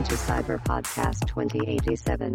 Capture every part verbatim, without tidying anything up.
to Cyber Podcast twenty eighty-seven。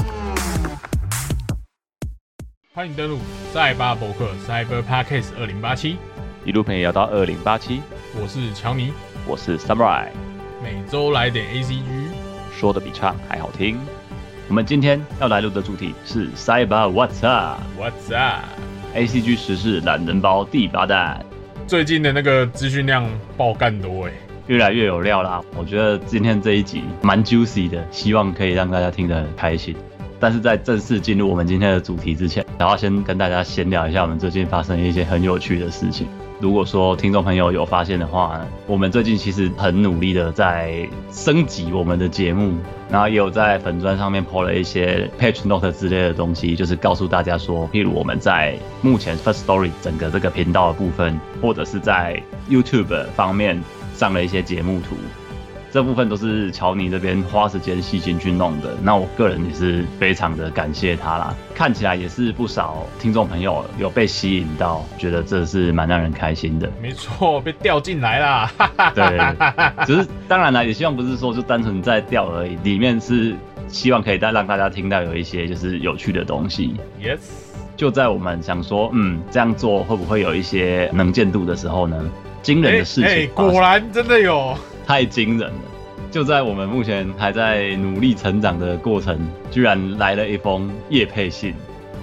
欢迎登录赛巴博客 Cyber Podcast 二零八七， 一路陪你聊到二零八七。 我是乔尼， 我是 Samurai， 每周来点 A C G， 说的比唱还好听。我们今天要来录的主题是 Cyber What's Up。What's Up？A C G 时事懒人包第八弹。 最近的那个资讯量爆干多哎， 越来越有料啦。我觉得今天这一集蛮 juicy 的，希望可以让大家听得很开心。但是在正式进入我们今天的主题之前，然后先跟大家闲聊一下我们最近发生一些很有趣的事情。如果说听众朋友有发现的话，我们最近其实很努力的在升级我们的节目，然后也有在粉专上面 po 了一些 page note 之类的东西，就是告诉大家说，譬如我们在目前 First Story 整个这个频道的部分，或者是在 YouTube 方面上了一些节目图。这部分都是乔尼这边花时间细心去弄的，那我个人也是非常的感谢他啦。看起来也是不少听众朋友有被吸引到，觉得这是蛮让人开心的。 没错，被调进来啦。 对，只是当然啦，也希望不是说就单纯在调而已，里面是希望可以再让大家听到有一些就是有趣的东西。 Yes。 就在我们想说，嗯，这样做会不会有一些能见度的时候呢？惊人的事情， 哎、欸欸，果然真的有。 太惊人了！就在我们目前还在努力成长的过程，居然来了一封业配信，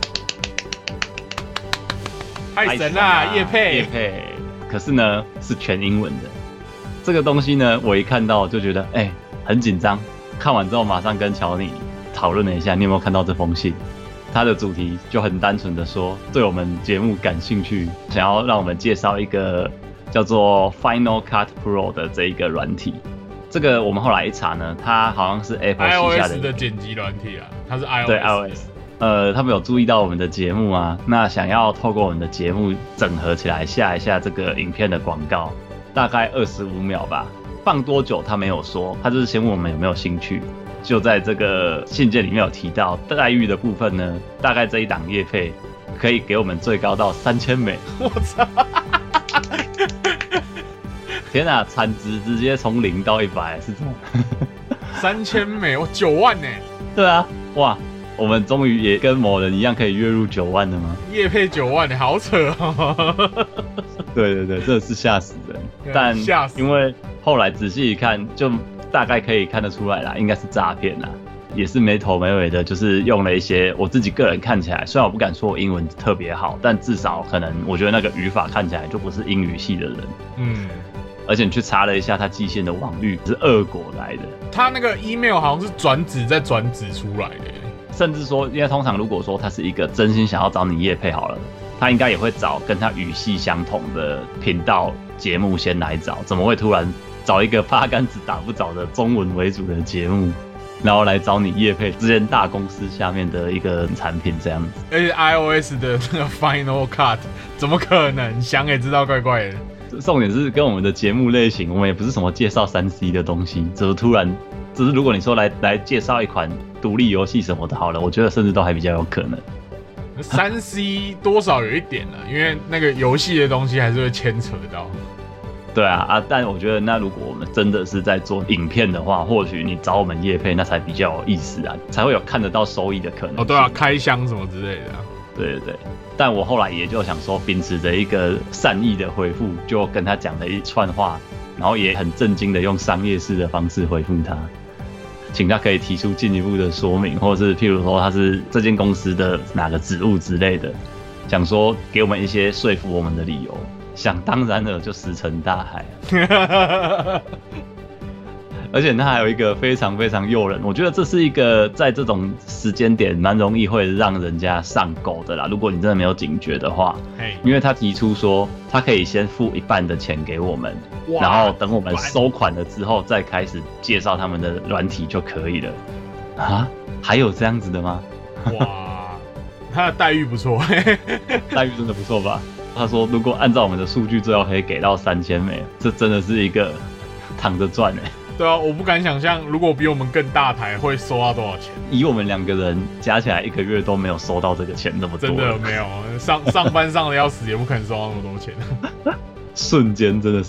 太神啦！业配， 业配，可是呢是全英文的。这个东西呢，我一看到就觉得，哎、欸，很紧张。看完之后，马上跟乔尼讨论了一下，你有没有看到这封信？它的主题就很单纯的说，对我们节目感兴趣，想要让我们介绍一个叫做 Final Cut Pro 的这一个软体。这个我们后来一查呢，它好像是 Apple 旗下的 iOS 的剪辑软体啊，它是 iOS。 对 iOS。呃，他们有注意到我们的节目啊，那想要透过我们的节目整合起来下一下这个影片的广告，大概二十五秒吧，放多久他没有说，他就是先问我们有没有兴趣。就在这个信件里面有提到待遇的部分呢，大概这一档业配可以给我们最高到三千美。 我操！ 天啊，产值直接从零到一百是这样。 三千美，我九万呢？ 对啊，哇，我们终于也跟某人一样可以月入九万了吗？ 业配九万，好扯哦！ 对对对，真的是吓死人。但因为后来仔细一看，就大概可以看得出来啦，应该是诈骗啦，也是没头没尾的，就是用了一些我自己个人看起来，虽然我不敢说我英文特别好，但至少可能我觉得那个语法看起来就不是英语系的人。嗯。而且你去查了一下，他寄信的网域是俄国来的。 他那个 email 好像是转址再转址出来的， 甚至说，因为通常如果说他是一个真心想要找你业配好了，他应该也会找跟他语系相同的频道节目先来找，怎么会突然找一个八竿子打不着的中文为主的节目，然后来找你业配这间大公司下面的一个产品这样子？ 而且 iOS 的那个 Final Cut 怎么可能？想也知道怪怪的。 重点是跟我们的节目类型，我们也不是什么介绍三 C 的东西，只是突然，只是如果你说来来介绍一款独立游戏什么的，好了，我觉得甚至都还比较有可能。 三 C 多少有一点了，因为那个游戏的东西还是会牵扯到。 对啊啊！但我觉得，那如果我们真的是在做影片的话，或许你找我们业配，那才比较有意思啊，才会有看得到收益的可能。 哦，对啊，开箱什么之类的、啊。 对对对。但我后来也就想说，秉持着一个善意的回复，就跟他讲了一串话，然后也很震惊的用商业式的方式回复他，请他可以提出进一步的说明，或者是譬如说他是这间公司的哪个职务之类的，想说给我们一些说服我们的理由。想当然了，就石沉大海、啊。而且它还有一个非常非常诱人，我觉得这是一个在这种时间点蛮容易会让人家上钩的啦。如果你真的没有警觉的话，因为他提出说他可以先付一半的钱给我们，然后等我们收款了之后再开始介绍他们的软体就可以了。啊，还有这样子的吗？ 哇，他的待遇不错， 待遇真的不错吧？他说如果按照我们的数据，最后可以给到三千美，这真的是一个躺着赚哎。 对啊，我不敢想象，如果比我们更大台会收到多少钱。 以我们两个人加起来一个月都没有收到这个钱那么多， 真的没有，上上班上的要死，也不可能收到那么多钱。 瞬间真的是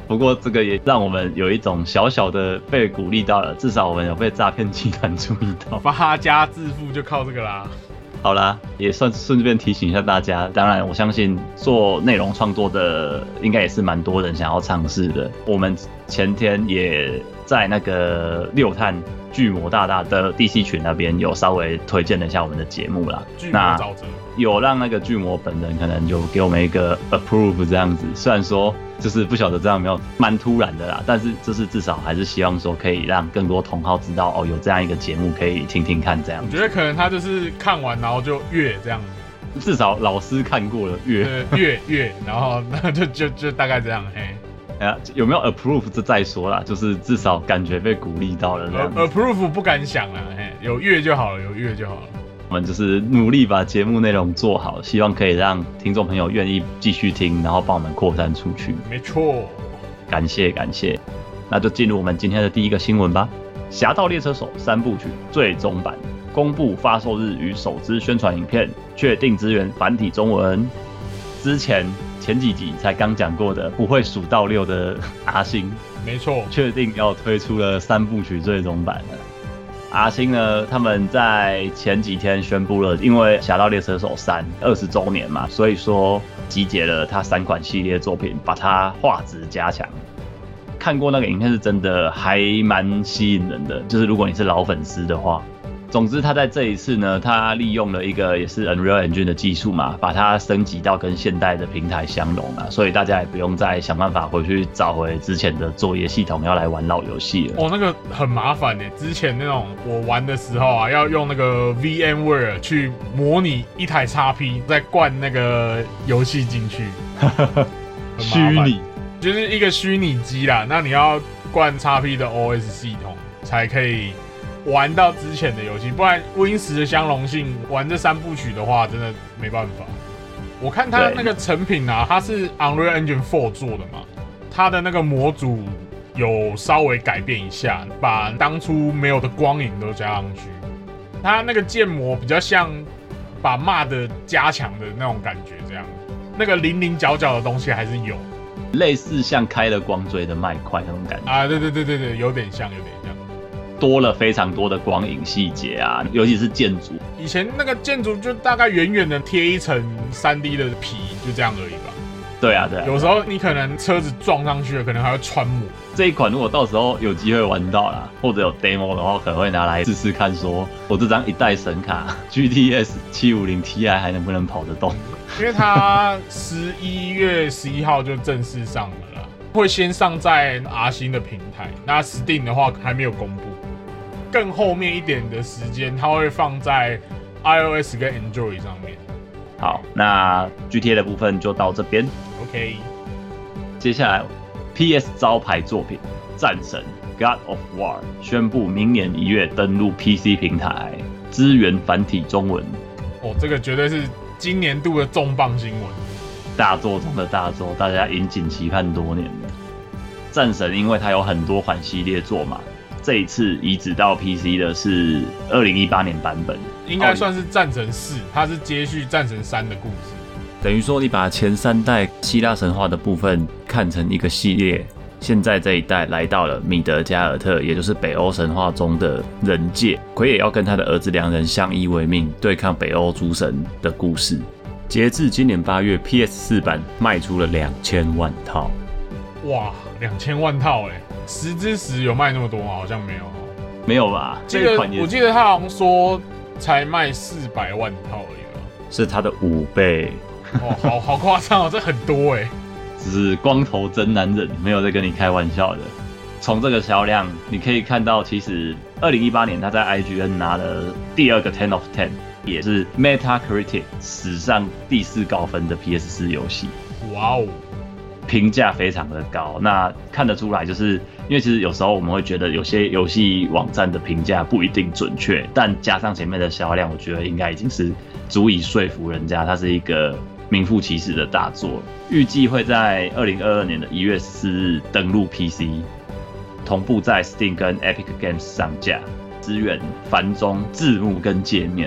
不过这个也让我们有一种小小的被鼓励到了，至少我们有被诈骗集团注意到， 发家致富就靠这个啦。 好啦，也算顺便提醒一下大家。当然，我相信做内容创作的应该也是蛮多人想要尝试的。我们前天也在那个六探巨魔大大的 D C 群那边有稍微推荐了一下我们的节目啦。 巨魔沼泽有让那个巨魔本人可能有给我们一个 approve 这样子，虽然说就是不晓得这样有没有蛮突然的啦，但是就是至少还是希望说可以让更多同好知道哦，有这样一个节目可以听听看这样子。 我觉得可能他就是看完然后就阅这样子， 至少老师看过了阅阅阅，然后那就就就大概这样嘿。 哎呀，有没有 approve 这再说啦，就是至少感觉被鼓励到了这样。 approve 不敢想啦，嘿，有阅就好了，有阅就好了。 我们就是努力把节目内容做好，希望可以让听众朋友愿意继续听，然后帮我们扩散出去。 没错， 感谢感谢。那就进入我们今天的第一个新闻吧。《侠盗猎车手》三部曲最终版公布发售日与首支宣传影片，确定支援繁体中文。之前前几集才刚讲过的不会数到六的阿星， 没错， 确定要推出了三部曲最终版了。阿星呢，他们在前几天宣布了，因为《侠盗猎车手三》二十周年嘛，所以说集结了他三款系列作品，把它画质加强。看过那个影片是真的还蛮吸引人的，就是如果你是老粉丝的话。总之，他在这一次呢，他利用了一个也是 Unreal Engine 的技术嘛，把它升级到跟现代的平台相容啊，所以大家也不用再想办法回去找回之前的作业系统要来玩老游戏了。 哦，那个很麻烦耶，之前那种我玩的时候啊，要用那个 VMware 去模拟一台 X P， 再灌那个游戏进去， 虚拟就是一个虚拟机啦。那你要灌 X P 的 O S 系统才可以玩到之前的游戏，不然 Win 十的相容性玩这三部曲的话，真的没办法。我看它那个成品啊，它是 Unreal Engine 四做的嘛，它的那个模组有稍微改变一下，把当初没有的光影都加上去。它那个建模比较像把 M A D 加强的那种感觉，这样那个零零角角的东西还是有， 类似像开了光追的麦块那种感觉啊，对对对对对，有点像，有点像。 多了非常多的光影细节啊，尤其是建筑。 以前那个建筑就大概远远的贴一层 三 D 的皮，就这样而已吧。 对啊，对啊。 有时候你可能车子撞上去了，可能还会穿模。 这一款如果到时候有机会玩到啦，或者有 demo 的话，可能会拿来试试看说，说我这张一代神卡 G T S 七五零 Ti 还能不能跑得动？ 因为它十一月十一号就正式上了啦，会先上在 R 星的平台，那 Steam 的话还没有公布。更后面一点的时间，它会放在 iOS 跟 Android 上面。 好，那 G T A 的部分就到这边。 OK， 接下来 P S 招牌作品《战神 God of War》宣布明年一月登陆 P C 平台，支援繁体中文。 哦，这个绝对是今年度的重磅新闻， 大作中的大作，大家引颈期盼多年了。战神因为它有很多款系列作嘛。这一次移植到 P C 的是二零一八年版本， 应该算是战神四，它是接续战神三的故事。 等于说你把前三代希腊神话的部分看成一个系列，现在这一代来到了米德加尔特，也就是北欧神话中的人界，奎也要跟他的儿子两人相依为命，对抗北欧诸神的故事。截至今年八月 ，P S 四 版卖出了两千万套。 哇，两千万套哎！十之十有卖那么多吗？好像没有， 没有吧？ 记得我记得他好像说才卖四百万套而已吧， 是他的五倍。 哦，好好夸张哦，这很多哎。 只是光头真男人，没有在跟你开玩笑的。从这个销量，你可以看到，其实二零一八年他在 I G N 拿了第二个ten of ten， 也是 Metacritic 史上第四高分的 P S 四 游戏。 哇哦！ 评价非常的高，那看得出来，就是因为其实有时候我们会觉得有些游戏网站的评价不一定准确，但加上前面的销量，我觉得应该已经是足以说服人家，它是一个名副其实的大作。预计会在二零二二年的一月十四日登陆 P C， 同步在 Steam 跟 Epic Games 上架，支援繁中字幕跟界面。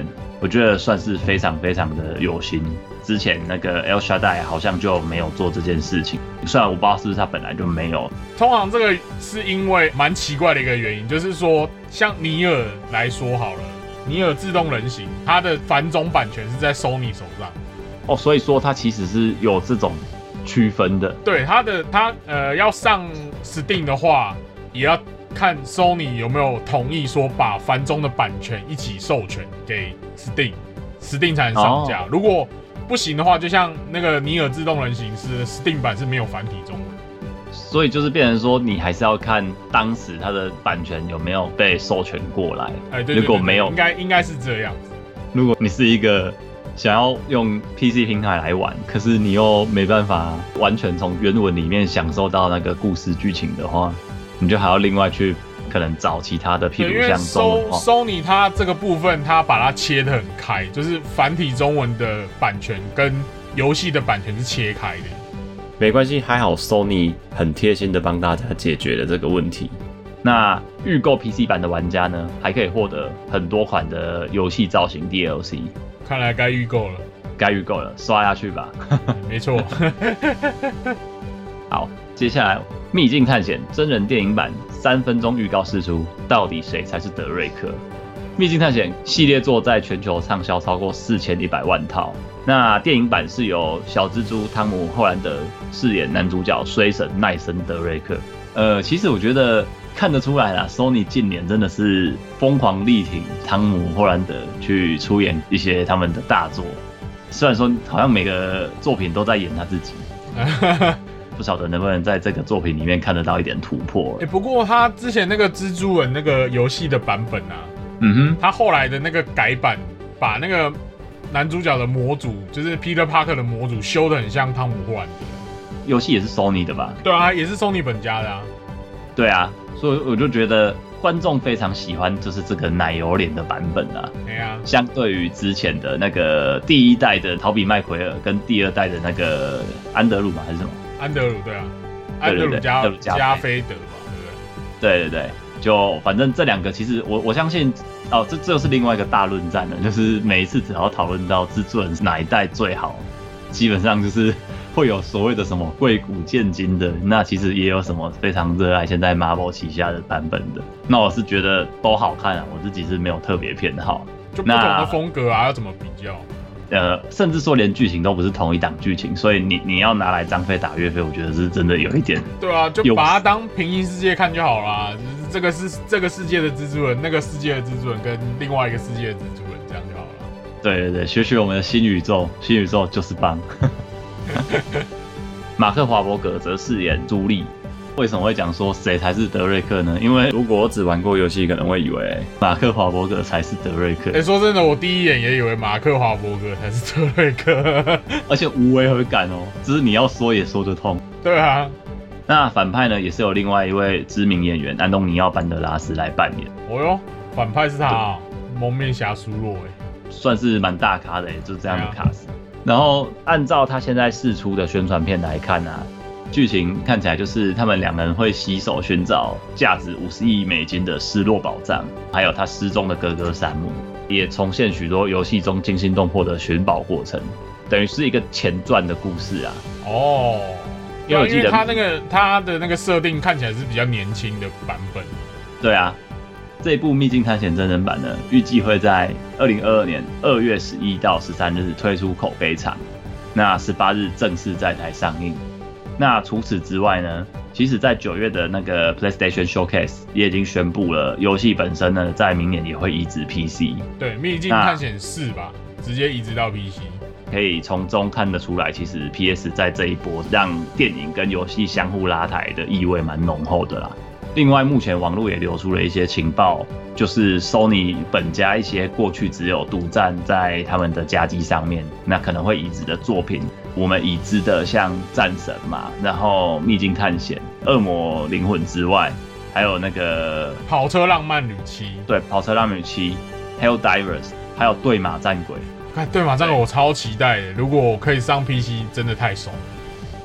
我觉得算是非常非常的有心。之前那个 El Shaddai 好像就没有做这件事情，虽然我不知道是不是他本来就没有。 通常这个是因为蛮奇怪的一个原因，就是说像尼尔来说好了，尼尔自动人形，它的繁种版权是在 Sony 手上。 哦，所以说它其实是有这种区分的。 对，它的它呃要上 Steam 的话，也要看 Sony 有没有同意说把繁中的版权一起授权给 Steam，Steam 才能上架。哦、如果不行的话，就像那个尼尔自动人形是 Steam 版是没有繁体中文， 所以就是变成说你还是要看当时它的版权有没有被授权过来。 哎，对对对对， 如果没有， 应该应该是这样子。 如果你是一个想要用 P C 平台来玩，可是你又没办法完全从原文里面享受到那个故事剧情的话，你就还要另外去可能找其他的，譬如像中文化。 Sony 它这个部分，它把它切得很开，就是繁体中文的版权跟游戏的版权是切开的。 没关系，还好 Sony 很贴心的帮大家解决了这个问题。 那预购 P C 版的玩家呢，还可以获得很多款的游戏造型 D L C。 看来该预购了， 该预购了，刷下去吧。 没错。 好，接下来《秘境探险》真人电影版三分钟预告释出，到底谁才是德瑞克？《秘境探险》系列作在全球畅销超过四千一百万套。那电影版是由小蜘蛛汤姆·霍兰德饰演男主角衰神奈森·德瑞克。呃，其实我觉得看得出来啦 ，Sony 近年真的是疯狂力挺汤姆·霍兰德去出演一些他们的大作。虽然说好像每个作品都在演他自己，不晓得能不能在这个作品里面看得到一点突破。 欸、不过他之前那个蜘蛛人那个游戏的版本啊， 嗯哼， 他后来的那个改版，把那个男主角的模组，就是 Peter Parker 的模组修得很像汤姆·霍兰德。 游戏也是 Sony 的吧？ 对啊，也是 Sony 本家的啊。 对啊，所以我就觉得观众非常喜欢，就是这个奶油脸的版本啊。 对啊，相对于之前的那个第一代的陶比麦奎尔跟第二代的那个安德鲁嘛，还是什么？ 安德鲁，对啊，安德鲁加加菲德嘛，对不对？对对对，就反正这两个其实我我相信哦，这这又是另外一个大论战了，就是每一次只要讨论到蜘蛛人哪一代最好，基本上就是会有所谓的什么贵古见今的，那其实也有什么非常热爱现在 Marvel 旗下的版本的。那我是觉得都好看啊，我自己是没有特别偏好。 就不同的风格啊，要怎么比较？ 呃，甚至说连剧情都不是同一档剧情，所以你你要拿来张飞打岳飞，我觉得是真的有一点。 对啊，就把它当平行世界看就好啦。就是这个是这个世界的蜘蛛人，那个世界的蜘蛛人跟另外一个世界的蜘蛛人，这样就好了。 对对对，学学我们的新宇宙，新宇宙就是棒。马克·华伯格则饰演朱莉。为什么会讲说谁才是德瑞克呢？因为如果我只玩过游戏，可能会以为马克·华伯格才是德瑞克。 哎、欸，说真的，我第一眼也以为马克·华伯格才是德瑞克， 而且无违和感哦，只是你要说也说得通。 对啊。 那反派呢，也是有另外一位知名演员安东尼奥·班德拉斯来扮演。 哦哟，反派是他啊、哦，蒙面侠苏洛哎， 算是蛮大咖的，就这样的卡司。然后按照他现在释出的宣传片来看啊，剧情看起来就是他们两人会携手寻找价值五十亿美金的失落宝藏，还有他失踪的哥哥山姆，也重现许多游戏中惊心动魄的寻宝过程，等于是一个前传的故事啊。 哦，因为我记得他那个他的那个设定看起来是比较年轻的版本。 对啊。这部《秘境探险》真人版呢，预计会在二零二二年二月十一到十三日推出口碑场，那十八日正式在台上映。那除此之外呢，其实在九月的那个 PlayStation Showcase 也已经宣布了，游戏本身呢在明年也会移植 P C。 对，《秘境探险四》吧，直接移植到 P C。 可以从中看得出来，其实 P S 在这一波让电影跟游戏相互拉抬的意味蛮浓厚的啦。另外，目前网络也流出了一些情报，就是 Sony 本家一些过去只有独占在他们的家机上面，那可能会移植的作品，我们已知的像战神嘛，然后秘境探险、恶魔灵魂之外，还有那个跑车浪漫旅七， 对，跑车浪漫旅七 ，Helldivers， 还有对马战鬼。 看对马战鬼我超期待的，如果我可以上 P C， 真的太爽了。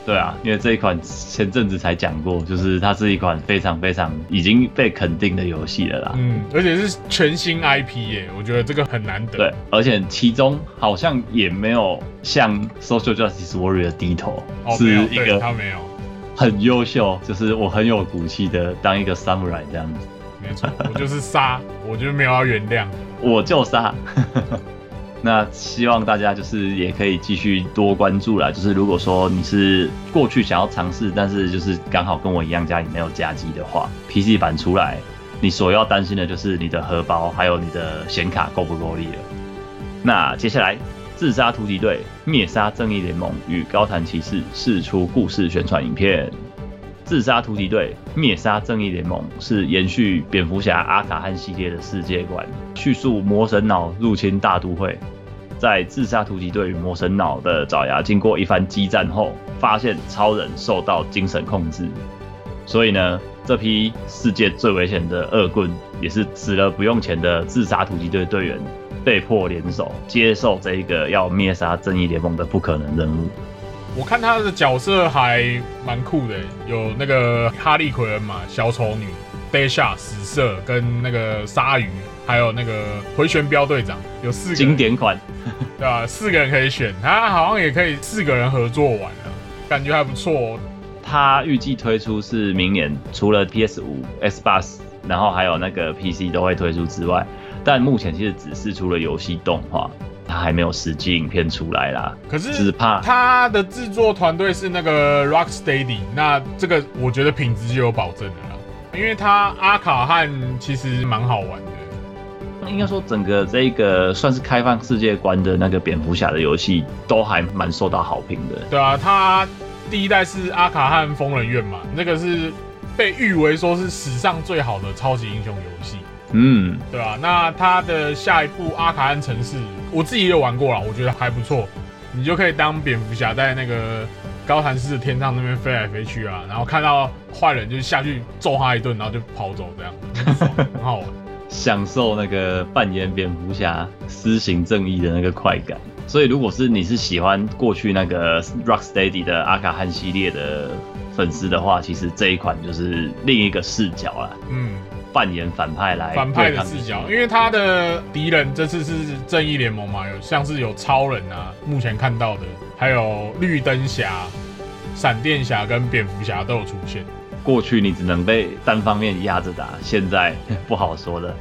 对啊，因为这一款前阵子才讲过，就是它是一款非常非常已经被肯定的游戏了啦。 嗯，而且是全新 I P 耶，我觉得这个很难得。 对，而且其中好像也没有向 Social Justice Warrior 低头， 哦、 是一个他没有很优秀，就是我很有骨气的当一个 Samurai 这样子。 没错，我就是杀，我就没有要原谅， 我就杀。那希望大家就是也可以继续多关注啦。就是如果说你是过去想要尝试，但是就是刚好跟我一样家里没有家机的话 ，P C 版出来，你所要担心的就是你的荷包还有你的显卡够不够力了。那接下来，自杀突击队灭杀正义联盟与高谭骑士释出故事宣传影片。自杀突击队灭杀正义联盟是延续蝙蝠侠阿卡汉系列的世界观，叙述魔神脑入侵大都会。在自杀突击队与魔神脑的爪牙经过一番激战后，发现超人受到精神控制，所以呢，这批世界最危险的恶棍，也是死了不用钱的自杀突击队队员，被迫联手接受这一个要灭杀正义联盟的不可能任务。 我看他的角色还蛮酷的，有那个哈利奎恩嘛，小丑女、Daisha 死射跟那个鲨鱼，还有那个回旋镖队长，有四个经典款， 对吧？四个人可以选，他好像也可以四个人合作玩了，感觉还不错哦。 他预计推出是明年，除了 P S 五、Xbox， 然后还有那个 P C 都会推出之外，但目前其实只是出了游戏动画。他还没有实际影片出来啦， 可是只怕他的制作团队是那个 Rocksteady， 那这个我觉得品质就有保证的啦，因为他阿卡汉其实蛮好玩的。 应该说整个这个算是开放世界观的那个蝙蝠侠的游戏，都还蛮受到好评的。 对啊，他第一代是阿卡汉疯人院嘛，那个是被誉为说是史上最好的超级英雄游戏。 嗯， 对啊，那他的下一部阿卡汉城市，我自己也有玩过啦，我觉得还不错。你就可以当蝙蝠侠在那个高谭市的天上那边飞来飞去啊，然后看到坏人就下去揍他一顿，然后就跑走，这样很好玩， 享受那个扮演蝙蝠侠施行正义的那个快感。所以如果是你是喜欢过去那个 Rocksteady 的阿卡汉系列的粉丝的话，其实这一款就是另一个视角啦。嗯。扮演反派来反派的视角，因为他的敌人这次是正义联盟嘛，有像是有超人啊，目前看到的，还有绿灯侠、闪电侠跟蝙蝠侠都有出现。 过去你只能被单方面压着打，现在不好说了。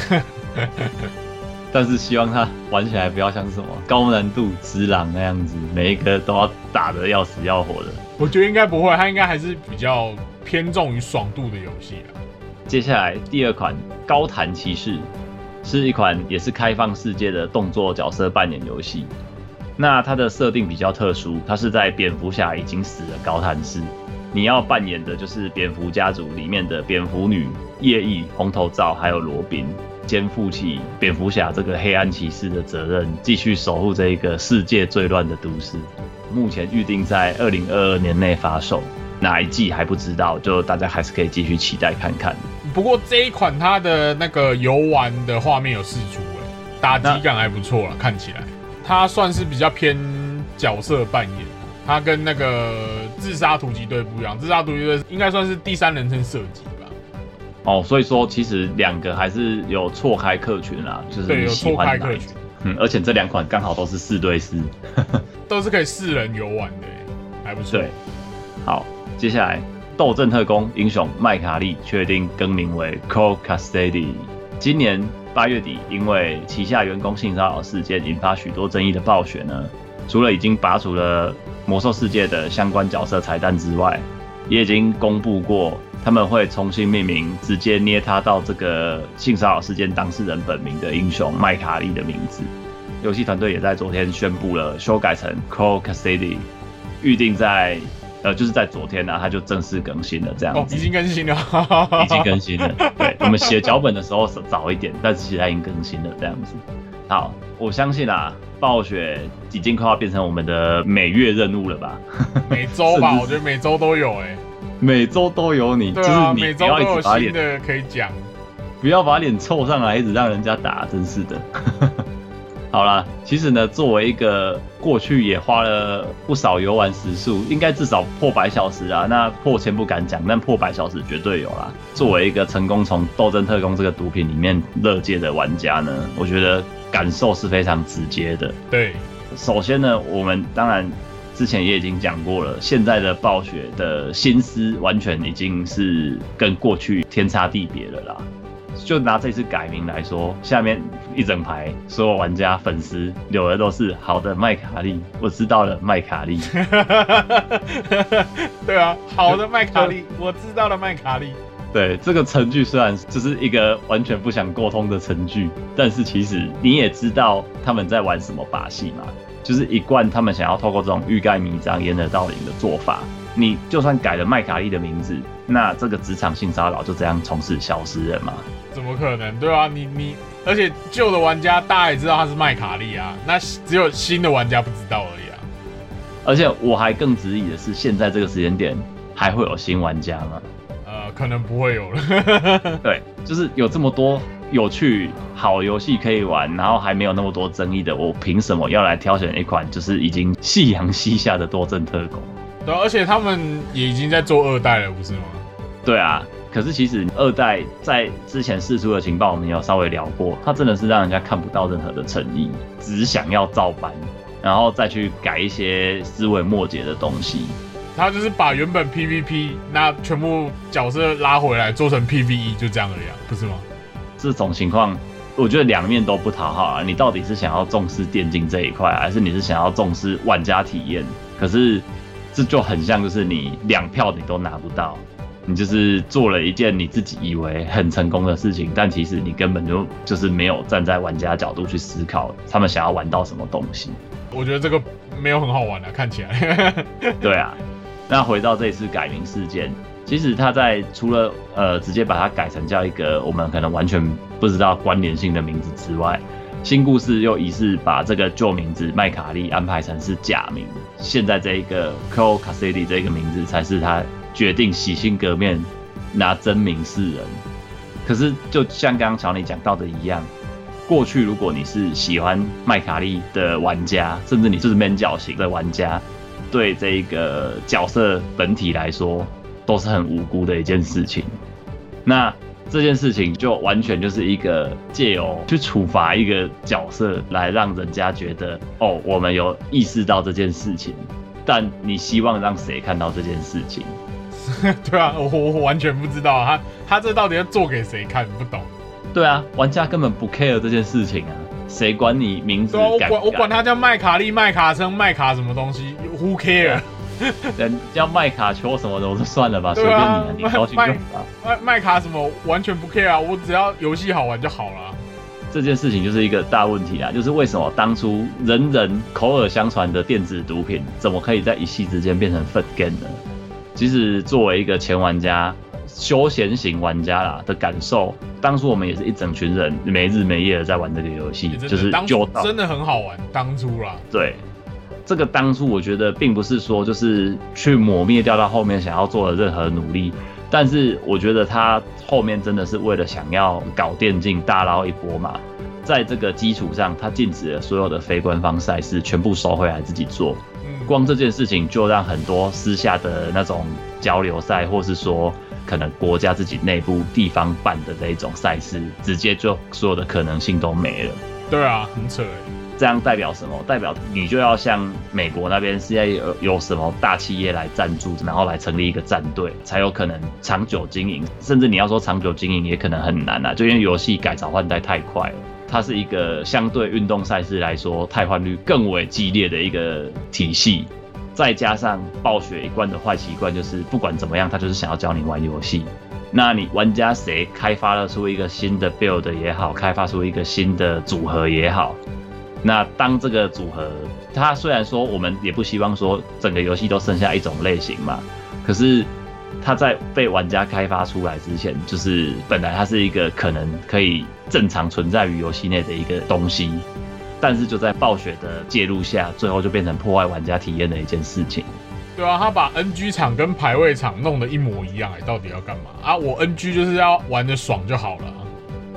但是希望他玩起来不要像什么高难度只狼那样子，每一个都要打得要死要活的。 我觉得应该不会，他应该还是比较偏重于爽度的游戏啦。 接下来第二款高谭骑士是一款也是开放世界的动作角色扮演游戏。那它的设定比较特殊，它是在蝙蝠侠已经死了高谭市，你要扮演的就是蝙蝠家族里面的蝙蝠女、夜翼、红头罩还有罗宾，肩负起蝙蝠侠这个黑暗骑士的责任，继续守护这一个世界最乱的都市。目前预定在二零二二年内发售。哪一季还不知道，就大家还是可以继续期待看看。 不过这一款它的那个游玩的画面有释出，哎，打击感还不错啦，看起来它算是比较偏角色扮演，它跟那个自杀突击队不一样，自杀突击队应该算是第三人称射击吧。 哦，所以说其实两个还是有错开客群啦，就是你喜欢哪一种。对，有错开客群。嗯，而且这两款刚好都是四对四， 都是可以四人游玩的，还不错。 对，好。接下来，斗阵特工英雄麦卡利确定更名为 Cole Cassidy。今年八月底，因为旗下员工性骚扰事件引发许多争议的暴雪呢，除了已经拔除了魔兽世界的相关角色彩蛋之外，也已经公布过他们会重新命名，直接捏他到这个性骚扰事件当事人本名的英雄麦卡利的名字。游戏团队也在昨天宣布了修改成 Cole Cassidy， 预定在。呃，就是在昨天呢、啊，它就正式更新了，这样子。 哦，已经更新了， 已经更新了。对，我们写脚本的时候早一点，但是其实它已经更新了，这样子。好，我相信啊，暴雪已经快要变成我们的每月任务了吧？ 每周吧，我觉得每周都有哎、欸， 每周都有你， 对啊、 就是你每周都有新的可以讲， 不要把脸凑上来，一直让人家打，真是的。 好啦，其实呢，作为一个过去也花了不少游玩时数，应该至少破百小时啊。那破千不敢讲，但破百小时绝对有啦。作为一个成功从《斗阵特工》这个毒品里面乐界的玩家呢，我觉得感受是非常直接的。 对， 首先呢，我们当然之前也已经讲过了，现在的暴雪的心思完全已经是跟过去天差地别了啦。就拿这次改名来说，下面一整排所有玩家粉丝留的都是好的麦卡利，我知道了麦卡利。 对啊，好的麦卡利，我知道了麦卡利。 对，这个程序虽然就是一个完全不想沟通的程序，但是其实你也知道他们在玩什么把戏嘛，就是一贯他们想要透过这种欲盖弥彰、掩耳盗铃的做法。你就算改了麦卡利的名字，那这个职场性骚扰就这样从此消失了嘛？ 怎么可能？对啊，你你，而且旧的玩家大家也知道他是麦卡利啊，那只有新的玩家不知道而已啊。 而且我还更质疑的是，现在这个时间点还会有新玩家吗？ 呃，可能不会有了。 对，就是有这么多有趣好游戏可以玩，然后还没有那么多争议的，我凭什么要来挑选一款就是已经夕阳西下的多阵特工？ 对、啊，而且他们也已经在做二代了，不是吗？ 对啊，可是其实二代在之前释出的情报，我们有稍微聊过，它真的是让人家看不到任何的诚意，只想要照搬，然后再去改一些思维末节的东西。 他就是把原本 P V P 那全部角色拉回来做成 P V E， 就这样而已、啊，不是吗？ 这种情况，我觉得两面都不讨好啊。你到底是想要重视电竞这一块，还是你是想要重视玩家体验？可是这就很像，就是你两票你都拿不到，你就是做了一件你自己以为很成功的事情，但其实你根本就就是没有站在玩家角度去思考他们想要玩到什么东西。 我觉得这个没有很好玩啊，看起来。 对啊，那回到这一次改名事件，其实他在除了呃直接把它改成叫一个我们可能完全不知道关联性的名字之外，新故事又疑似把这个旧名字麦卡利安排成是假名，现在这一个 Cole Cassidy 这个名字才是他决定洗心革面拿真名示人。可是就像刚刚乔尼讲到的一样，过去如果你是喜欢麦卡利的玩家，甚至你就是 man 角型的玩家，对这个角色本体来说都是很无辜的一件事情。那这件事情就完全就是一个借由去处罚一个角色来让人家觉得，哦，我们有意识到这件事情，但你希望让谁看到这件事情？ 对啊，我我完全不知道他他这到底要做给谁看，不懂。 对啊，玩家根本不 care 这件事情啊，谁管你名字改不改？ 对啊，我管我管他叫麦卡利、麦卡称、麦卡什么东西 ，Who care？ 人叫麦卡丘什么的，我就算了吧，随、啊、便你啊，你高兴就好。 麦麦卡什么完全不 care 啊，我只要游戏好玩就好了。 这件事情就是一个大问题啊，就是为什么当初人人口耳相传的电子毒品，怎么可以在一夕之间变成 fun game 呢？其实作为一个前玩家、休闲型玩家啦的感受，当初我们也是一整群人没日没夜的在玩这个游戏，就是就到真的很好玩，当初啦。 对。这个当初我觉得并不是说就是去抹灭掉他后面想要做的任何努力，但是我觉得他后面真的是为了想要搞电竞大捞一波嘛，在这个基础上他禁止了所有的非官方赛事全部收回来自己做，光这件事情就让很多私下的那种交流赛，或是说可能国家自己内部地方办的这一种赛事，直接就所有的可能性都没了。 对啊，很扯耶。 这样代表什么？代表你就要像美国那边现在有有什么大企业来赞助，然后来成立一个战队，才有可能长久经营。甚至你要说长久经营也可能很难啊，就因为游戏改朝换代太快了。它是一个相对运动赛事来说汰换率更为激烈的一个体系，再加上暴雪一贯的坏习惯，就是不管怎么样，他就是想要教你玩游戏。那你玩家谁开发了出一个新的 build 也好，开发出一个新的组合也好，那当这个组合，它虽然说我们也不希望说整个游戏都剩下一种类型嘛，可是它在被玩家开发出来之前，就是本来它是一个可能可以正常存在于游戏内的一个东西，但是就在暴雪的介入下，最后就变成破坏玩家体验的一件事情。 对啊，他把 N G 场跟排位场弄得一模一样，哎，到底要干嘛啊？我 N G 就是要玩的爽就好了。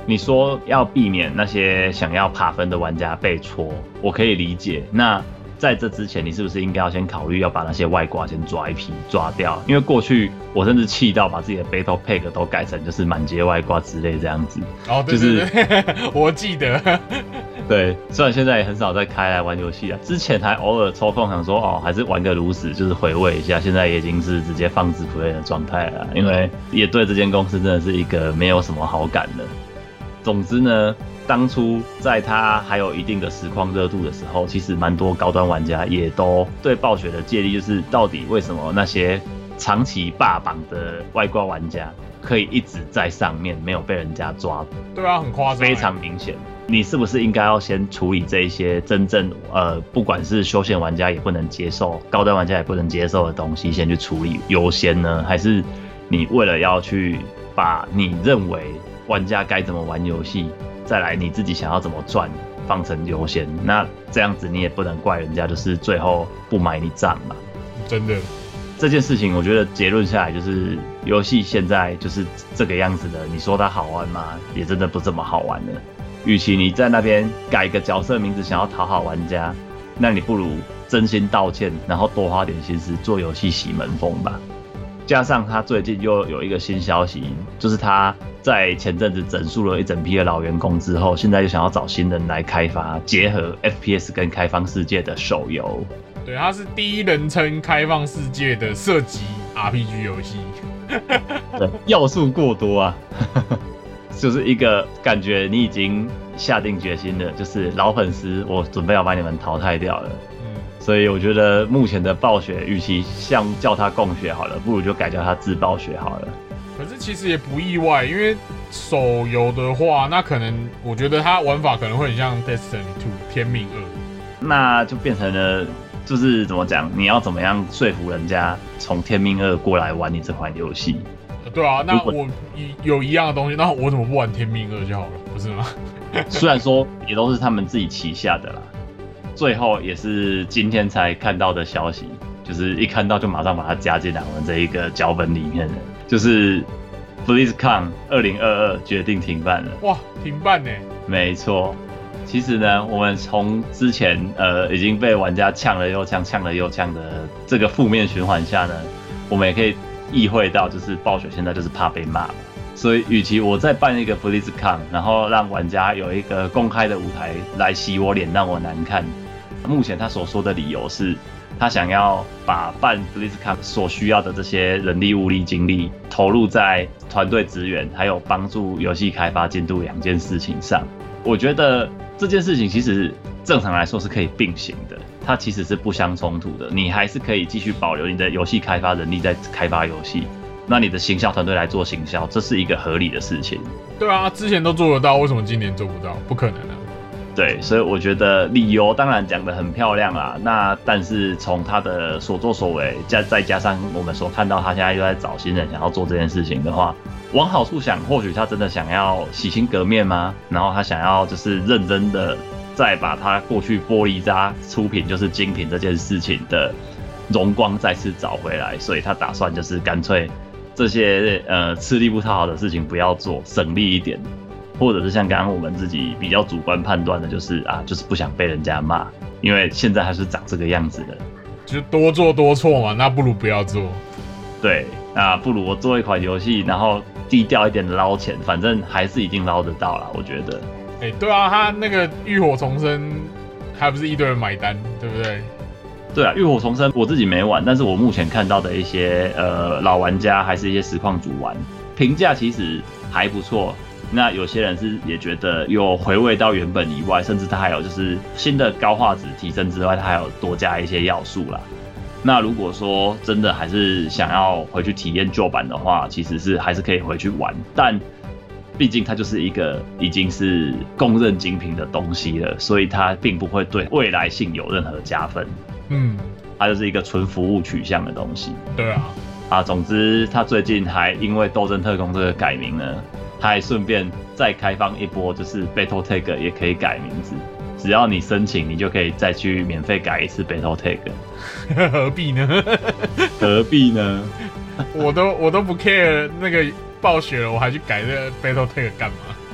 你说要避免那些想要爬分的玩家被戳，我可以理解。那在这之前，你是不是应该要先考虑要把那些外挂先抓一批抓掉？因为过去我甚至气到把自己的 Battle Pack 都改成就是满街外挂之类这样子。 哦，对对对，就是、我记得。 对，虽然现在也很少再开来玩游戏了，之前还偶尔抽空想说哦，还是玩个炉石，就是回味一下。现在也已经是直接放置 play 的状态了，因为也对这间公司真的是一个没有什么好感的。总之呢，当初在它还有一定的实况热度的时候，其实蛮多高端玩家也都对暴雪的戒力，就是到底为什么那些长期霸榜的外挂玩家可以一直在上面，没有被人家抓？ 对啊，很夸张， 非常明显。你是不是应该要先处理这一些真正呃，不管是休闲玩家也不能接受，高端玩家也不能接受的东西，先去处理优先呢？还是你为了要去把你认为玩家该怎么玩游戏，再来你自己想要怎么赚放成优先？那这样子你也不能怪人家，就是最后不买你账嘛。 真的， 这件事情我觉得结论下来就是，游戏现在就是这个样子的。你说它好玩吗？也真的不这么好玩了。与其你在那边改个角色名字想要讨好玩家，那你不如真心道歉，然后多花点心思做游戏洗门风吧。加上他最近又有一个新消息，就是他在前阵子整肃了一整批的老员工之后，现在又想要找新人来开发结合 F P S 跟开放世界的手游。 对，它是第一人称开放世界的射击 R P G 游戏。 对，要素过多啊。就是一个感觉你已经下定决心了，就是老粉丝，我准备要把你们淘汰掉了。嗯，所以我觉得目前的暴雪，与其像叫他共学好了，不如就改叫他自暴雪好了。 可是其实也不意外，因为手游的话，那可能我觉得它玩法可能会很像 Destiny 二天命二，那就变成了就是怎么讲，你要怎么样说服人家从天命二过来玩你这款游戏？ 对啊，那我有一样的东西，那我怎么不玩天命二就好了，不是吗？ 虽然说也都是他们自己旗下的啦，最后也是今天才看到的消息，就是一看到就马上把它加进来我们这一个脚本里面了，就是 BlizzCon 二零二二决定停办了。 哇，停办呢？ 没错。其实呢，我们从之前呃已经被玩家呛了又呛、呛了又呛的这个负面循环下呢，我们也可以意会到，就是暴雪现在就是怕被骂嘛，所以与其我再办一个 BlizzCon， 然后让玩家有一个公开的舞台来洗我脸让我难看，目前他所说的理由是，他想要把办 BlizzCon 所需要的这些人力、物力、精力投入在团队资源，还有帮助游戏开发进度两件事情上。我觉得这件事情其实正常来说是可以并行的，它其实是不相冲突的。你还是可以继续保留你的游戏开发人力在开发游戏，那你的行销团队来做行销，这是一个合理的事情。 对啊，之前都做得到，为什么今年做不到？不可能啊！ 对，所以我觉得理由当然讲得很漂亮啦，那但是从他的所作所为，加再加上我们所看到他现在又在找新人想要做这件事情的话，往好处想，或许他真的想要洗心革面吗？然后他想要就是认真的再把他过去玻璃渣出品就是精品这件事情的荣光再次找回来，所以他打算就是干脆这些呃吃力不讨好的事情不要做，省力一点。或者是像刚刚我们自己比较主观判断的，就是啊，就是不想被人家骂，因为现在还是长这个样子的， 就多做多错嘛，那不如不要做。 对，那不如我做一款游戏，然后低调一点的捞钱，反正还是一定捞得到啦，我觉得。 哎、欸，对啊，他那个浴火重生还不是一堆人买单，对不对？ 对啊，浴火重生我自己没玩，但是我目前看到的一些呃老玩家还是一些实况主玩，评价其实还不错。那有些人是也觉得有回味到原本以外，甚至它还有就是新的高画质提升之外，它还有多加一些要素啦。那如果说真的还是想要回去体验旧版的话，其实是还是可以回去玩，但毕竟它就是一个已经是公认精品的东西了，所以它并不会对未来性有任何加分。嗯，它就是一个纯服务取向的东西。 对啊， 啊，总之它最近还因为《斗阵特工》这个改名呢。他还顺便再开放一波，就是 Battle Tag 也可以改名字，只要你申请，你就可以再去免费改一次 Battle Tag。 何必呢？ 何必呢？ 我都我都不 care 那个暴雪了，我还去改这个 Battle Tag 干嘛？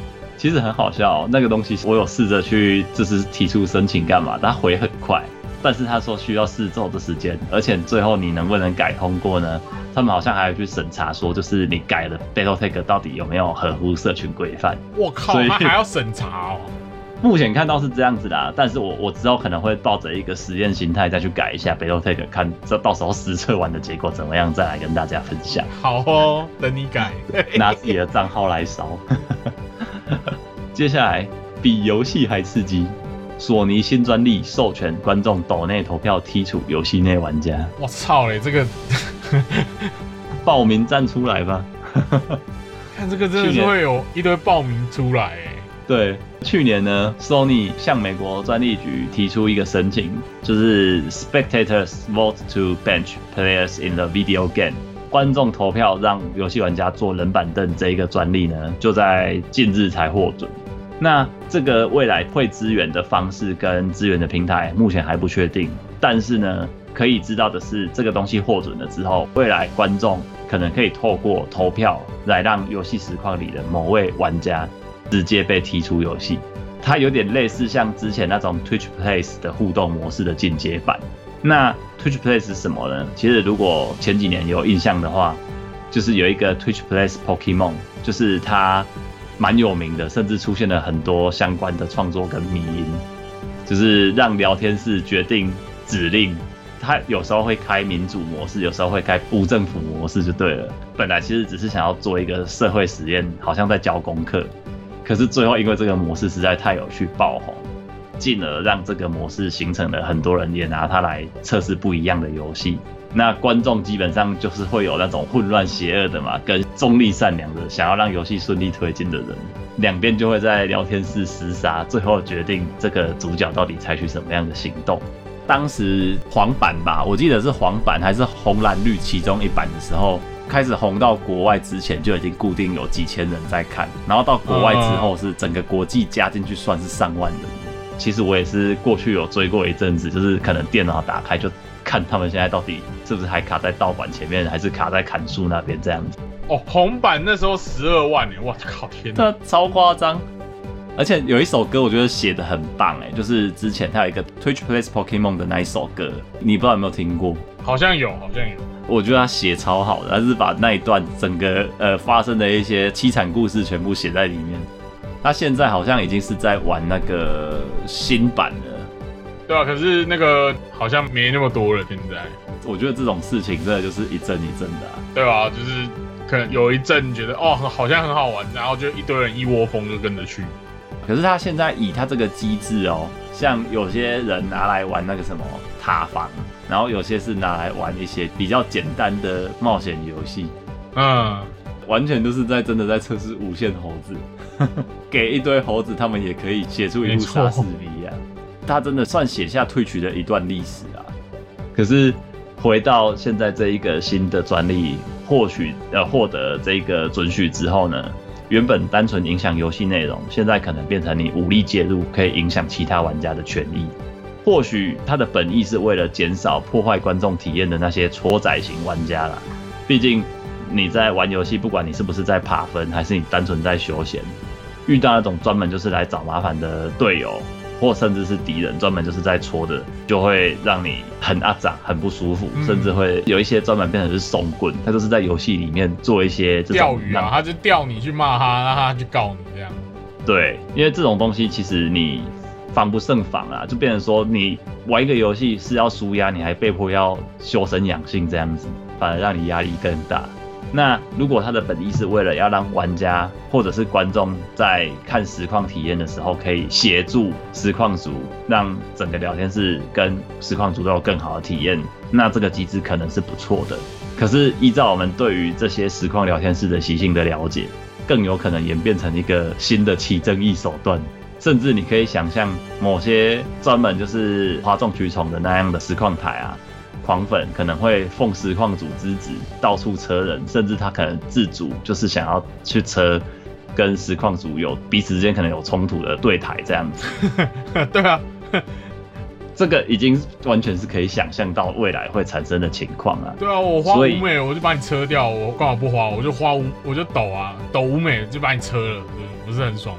其实很好笑、哦，那个东西我有试着去就是提出申请干嘛，他回很快，但是他说需要四周的时间，而且最后你能不能改通过呢？他们好像还要去审查说，就是你改了 BattleTech 到底有没有合乎社群规范。 我靠，他还要审查哦。 目前看到是这样子啦，但是我我之后可能会抱着一个实验心态再去改一下 BattleTech， 看这到时候实测完的结果怎么样，再来跟大家分享。 好哦，等你改， 拿自己的账号来烧。接下来比游戏还刺激，索尼新专利授权观众斗内投票剔除游戏内玩家。 我操嘞，这个报名站出来吧。 看这个真的是会有一堆报名出来哎。 对，去年呢 ，Sony 向美国专利局提出一个申请，就是 Spectators vote to bench players in the video game， 观众投票让游戏玩家坐冷板凳这一个专利呢，就在近日才获准。那这个未来会支援的方式跟支援的平台目前还不确定，但是呢，可以知道的是，这个东西获准了之后，未来观众可能可以透过投票来让游戏实况里的某位玩家直接被踢出游戏。它有点类似像之前那种 Twitch Plays 的互动模式的进阶版。那 Twitch Plays 是什么呢？其实如果前几年有印象的话，就是有一个 Twitch Plays Pokemon， 就是它蛮有名的，甚至出现了很多相关的创作跟迷因，就是让聊天室决定指令。它有时候会开民主模式，有时候会开无政府模式就对了。本来其实只是想要做一个社会实验，好像在教功课，可是最后因为这个模式实在太有趣爆红，进而让这个模式形成了很多人也拿它来测试不一样的游戏。那观众基本上就是会有那种混乱邪恶的嘛，跟中立善良的想要让游戏顺利推进的人，两边就会在聊天室厮杀，最后决定这个主角到底采取什么样的行动。当时黄版吧，我记得是黄版还是红蓝绿其中一版的时候，开始红到国外之前就已经固定有几千人在看，然后到国外之后是整个国际加进去算是上万人。其实我也是过去有追过一阵子，就是可能电脑打开就看他们现在到底是不是还卡在盗版前面，还是卡在砍树那边这样子。 哦，红版那时候十二万哎，我靠天哪， 超夸张！而且有一首歌我觉得写得很棒哎，就是之前他有一个 Twitch Plays Pokemon 的那一首歌，你不知道有没有听过？ 好像有，好像有。 我觉得他写超好的，他是把那一段整个呃发生的一些凄惨故事全部写在里面。他现在好像已经是在玩那个新版了。 对啊，可是那个好像没那么多了现在。 我觉得这种事情真的就是一阵一阵的、啊。 对啊，就是可能有一阵觉得哦好像很好玩，然后就一堆人一窝蜂就跟着去。 可是他现在以他这个机制哦，像有些人拿来玩那个什么塔防，然后有些是拿来玩一些比较简单的冒险游戏， 嗯， 完全都是在真的在测试无限猴子，给一堆猴子，他们也可以写出一部莎士比亚。他真的算写下Twitch的一段历史啊。可是回到现在这一个新的专利，或许呃获得这个准许之后呢？原本单纯影响游戏内容，现在可能变成你武力介入，可以影响其他玩家的权益。或许它的本意是为了减少破坏观众体验的那些戳仔型玩家啦。毕竟你在玩游戏，不管你是不是在爬分，还是你单纯在休闲，遇到那种专门就是来找麻烦的队友，或甚至是敌人，专门就是在戳的，就会让你很阿杂、很不舒服，嗯、甚至会有一些专门变成是松棍，他就是在游戏里面做一些这种钓鱼啊，他就钓你去骂他，让他去告你这样。 对，因为这种东西其实你防不胜防啊，就变成说你玩一个游戏是要输压，你还被迫要修身养性这样子，反而让你压力更大。那如果它的本意是为了要让玩家或者是观众在看实况体验的时候，可以协助实况组，让整个聊天室跟实况组都有更好的体验，那这个机制可能是不错的。可是依照我们对于这些实况聊天室的习性的了解，更有可能演变成一个新的起争议手段。甚至你可以想象某些专门就是哗众取宠的那样的实况台啊，狂粉可能会奉实况组之旨到处车人，甚至他可能自主就是想要去车跟实况组有彼此之间可能有冲突的对台这样子。 对啊， 这个已经完全是可以想象到未来会产生的情况啊。 对啊，我花五美我就把你车掉，我干嘛不花？我就花五我就抖啊，抖五美就把你车了，不是很爽吗？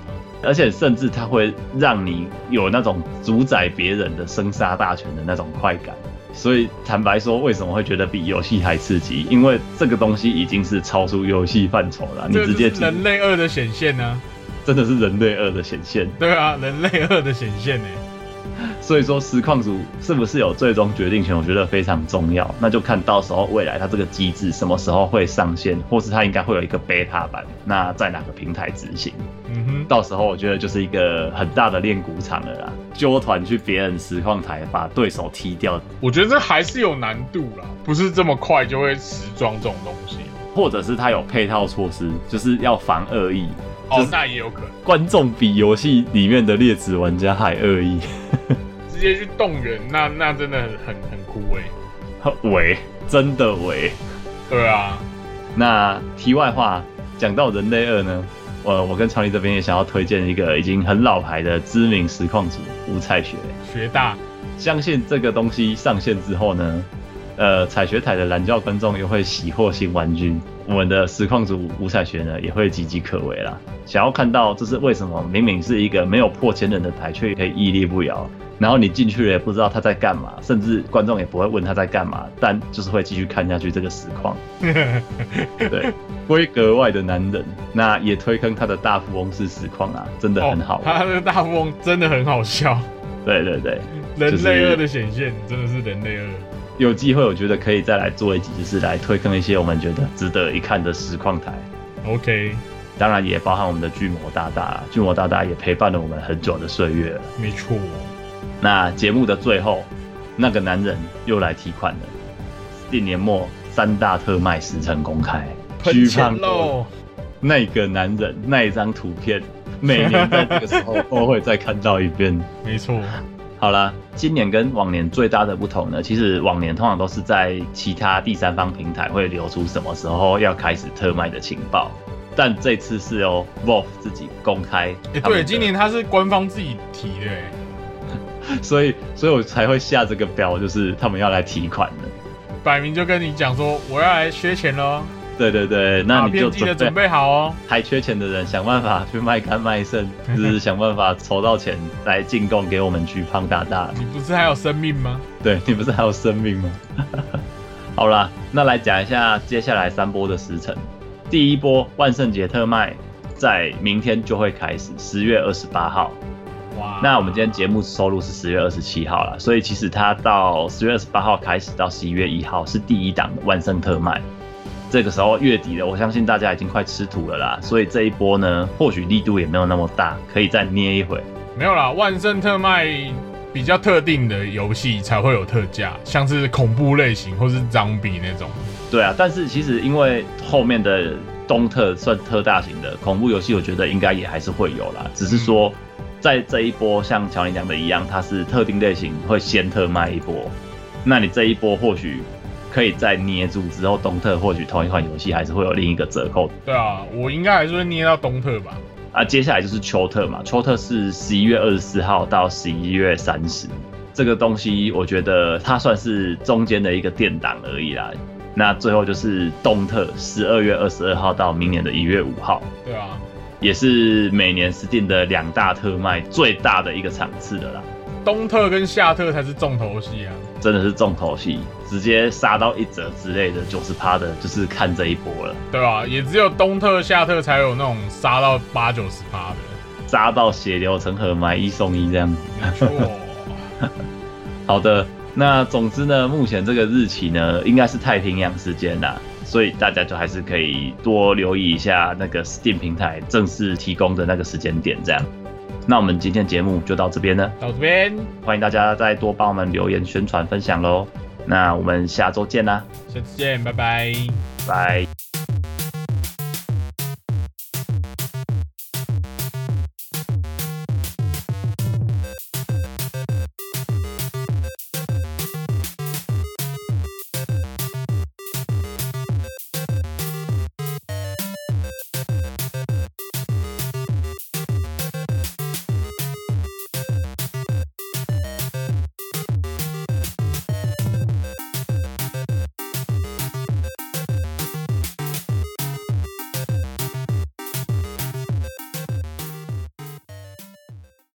而且甚至它会让你有那种主宰别人的生杀大权的那种快感。所以坦白说，为什么会觉得比游戏还刺激？因为这个东西已经是超出游戏范畴了，你直接这是人类二的显现呢、啊， 真的是人类二的显现。 对啊，人类二的显现呢。 所以说，实况组是不是有最终决定权，我觉得非常重要。那就看到时候未来它这个机制什么时候会上线，或是它应该会有一个 beta 版，那在哪个平台执行？嗯哼，到时候我觉得就是一个很大的练鼓场了啦，揪团去别人实况台把对手踢掉。 我觉得这还是有难度啦，不是这么快就会实装这种东西， 或者是它有配套措施，就是要防恶意。 哦，就是、那也有可能。 观众比游戏里面的劣质玩家还恶意。 直接去动员，那那真的很很很枯萎，萎，真的萎。 对啊。 那题外话，讲到人类二呢，我我跟超力这边也想要推荐一个已经很老牌的知名实况组吴彩学学大。 相信这个东西上线之后呢，呃，彩学台的蓝教观众又会喜获新玩具，我们的实况组吴彩学呢也会岌岌可危啦。想要看到这是为什么明明是一个没有破千人的台，却可以屹立不摇。然后你进去了也不知道他在干嘛，甚至观众也不会问他在干嘛，但就是会继续看下去这个实况。对，规格外的男人，那也推坑他的大富翁式实况啊，真的很好玩、 哦。他的大富翁真的很好笑。 对对对， 人类二的显现真的是人类二。 有机会我觉得可以再来做一集，就是来推坑一些我们觉得值得一看的实况台。 OK。 当然也包含我们的巨魔大大，巨魔大大也陪伴了我们很久的岁月了。 没错。 那节目的最后，那个男人又来提款了。Steam年末三大特卖时程公开， 喷钱喽！ 那个男人那一张图片，每年在这个时候都会再看到一遍。 没错。 好啦，今年跟往年最大的不同呢，其实往年通常都是在其他第三方平台会流出什么时候要开始特卖的情报。但这次是由 Wolf 自己公开、 欸，对，今年他是官方自己提的， 所以，所以我才会下这个标，就是他们要来提款的， 摆明就跟你讲说我要来缺钱咯。 对对对，那你就记得准备好哦。 还缺钱的人，想办法去卖肝卖肾，就是想办法筹到钱来进贡给我们巨胖大大。 你不是还有生命吗？ 对，你不是还有生命吗？好啦，那来讲一下接下来三波的时程。第一波万圣节特卖在明天就会开始，十月二十八号。哇！那我们今天节目收录是十月二十七号啦，所以其实它到十月二十八号开始到十一月一号是第一档的万圣特卖。这个时候月底了，我相信大家已经快吃土了啦，所以这一波呢，或许力度也没有那么大，可以再捏一回。 没有啦，万圣特卖比较特定的游戏才会有特价，像是恐怖类型或是zombie那种。 对啊，但是其实因为后面的东特算特大型的恐怖游戏，我觉得应该也还是会有啦，只是说在这一波像乔尼讲的一样，它是特定类型会先特卖一波，那你这一波或许可以再捏住之后，东特或许同一款游戏还是会有另一个折扣。 对啊，我应该还是会捏到东特吧。 啊，接下来就是秋特嘛，秋特是十一月二十四号到十一月三十，这个东西我觉得它算是中间的一个垫档而已啦。那最后就是东特，十二月二十二号到明年的一月五号。 对啊， 也是每年 Steam 的两大特卖最大的一个场次的啦。 东特跟夏特才是重头戏啊， 真的是重头戏，直接杀到一折之类的，九十趴的，就是看这一波了。 对啊，也只有东特、夏特才有那种杀到八九十趴的， 杀到血流成河，买一送一这样子。 没错。 好的。那总之呢，目前这个日期呢，应该是太平洋时间啦，所以大家就还是可以多留意一下那个 Steam 平台正式提供的那个时间点，这样。那我们今天节目就到这边了， 到这边， 欢迎大家再多帮我们留言宣传分享咯。那我们下周见啦， 下次见，拜拜， 拜。